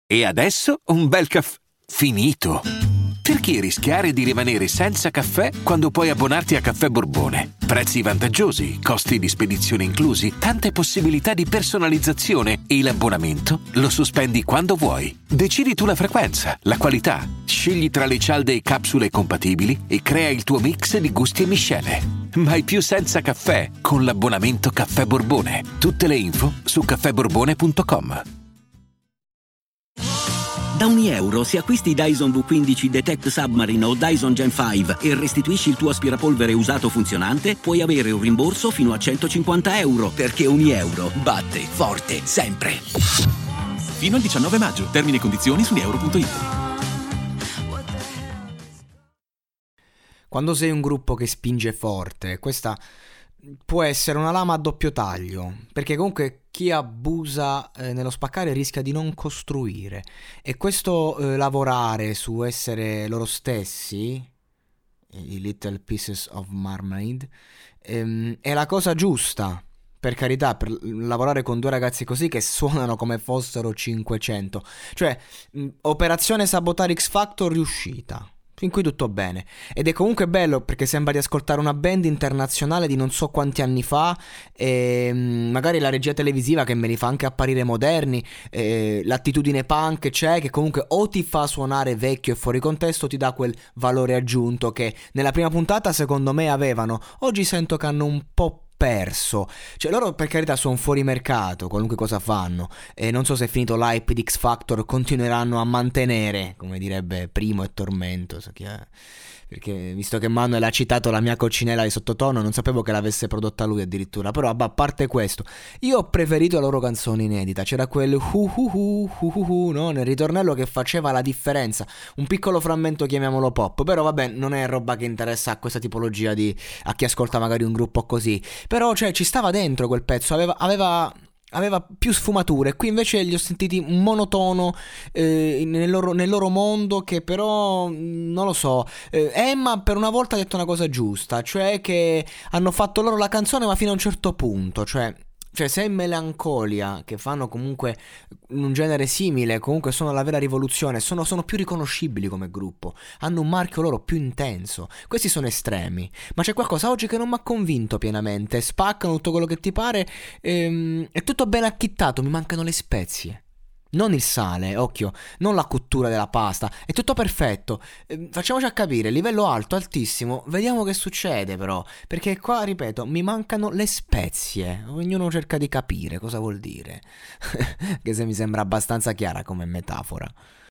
E adesso un bel caffè finito. Perché rischiare di rimanere senza caffè quando puoi abbonarti a Caffè Borbone? Prezzi vantaggiosi, costi di spedizione inclusi, tante possibilità di personalizzazione e l'abbonamento lo sospendi quando vuoi. Decidi tu la frequenza, la qualità, scegli tra le cialde e capsule compatibili e crea il tuo mix di gusti e miscele. Mai più senza caffè con l'abbonamento Caffè Borbone. Tutte le info su caffèborbone.com. Da €1 se acquisti Dyson V15 Detect Submarine o Dyson Gen 5 e restituisci il tuo aspirapolvere usato funzionante, puoi avere un rimborso fino a €150, perché €1 batte forte sempre. Fino al 19 maggio. Termini e condizioni su euro.it. Quando sei un gruppo che spinge forte, questa può essere una lama a doppio taglio, perché comunque chi abusa nello spaccare rischia di non costruire, e questo lavorare su essere loro stessi, i Little Pieces of Marmalade, è la cosa giusta, per carità, per lavorare con due ragazzi così che suonano come fossero 500. Cioè, operazione sabotare X Factor riuscita. Fin qui tutto bene. Ed è comunque bello perché sembra di ascoltare una band internazionale di non so quanti anni fa, e magari la regia televisiva che me li fa anche apparire moderni, l'attitudine punk c'è, che comunque o ti fa suonare vecchio e fuori contesto, o ti dà quel valore aggiunto che nella prima puntata secondo me avevano. Oggi sento che hanno un po' perso. Cioè loro per carità sono fuori mercato, qualunque cosa fanno, e non so se è finito l'hype di X Factor continueranno a mantenere, come direbbe Primo e Tormento, so chi è. Perché visto che Manuel ha citato la mia coccinella di sottotono, non sapevo che l'avesse prodotta lui addirittura. Però a parte questo, io ho preferito la loro canzone inedita. C'era quel no? Nel ritornello che faceva la differenza. Un piccolo frammento, chiamiamolo pop. Però vabbè, non è roba che interessa a questa tipologia a chi ascolta magari un gruppo così. Però cioè ci stava dentro quel pezzo, aveva più sfumature. Qui invece li ho sentiti monotono nel loro mondo, che però non lo so. Emma per una volta ha detto una cosa giusta, cioè che hanno fatto loro la canzone ma fino a un certo punto. Cioè se è Melancolia, che fanno comunque un genere simile, comunque sono la vera rivoluzione, sono più riconoscibili come gruppo, hanno un marchio loro più intenso. Questi sono estremi, ma c'è qualcosa oggi che non mi ha convinto pienamente. Spaccano tutto quello che ti pare, è tutto ben acchittato, mi mancano le spezie. Non il sale, occhio, non la cottura della pasta, è tutto perfetto. Facciamoci a capire, livello alto, altissimo, vediamo che succede però, perché qua, ripeto, mi mancano le spezie. Ognuno cerca di capire cosa vuol dire, che se mi sembra abbastanza chiara come metafora.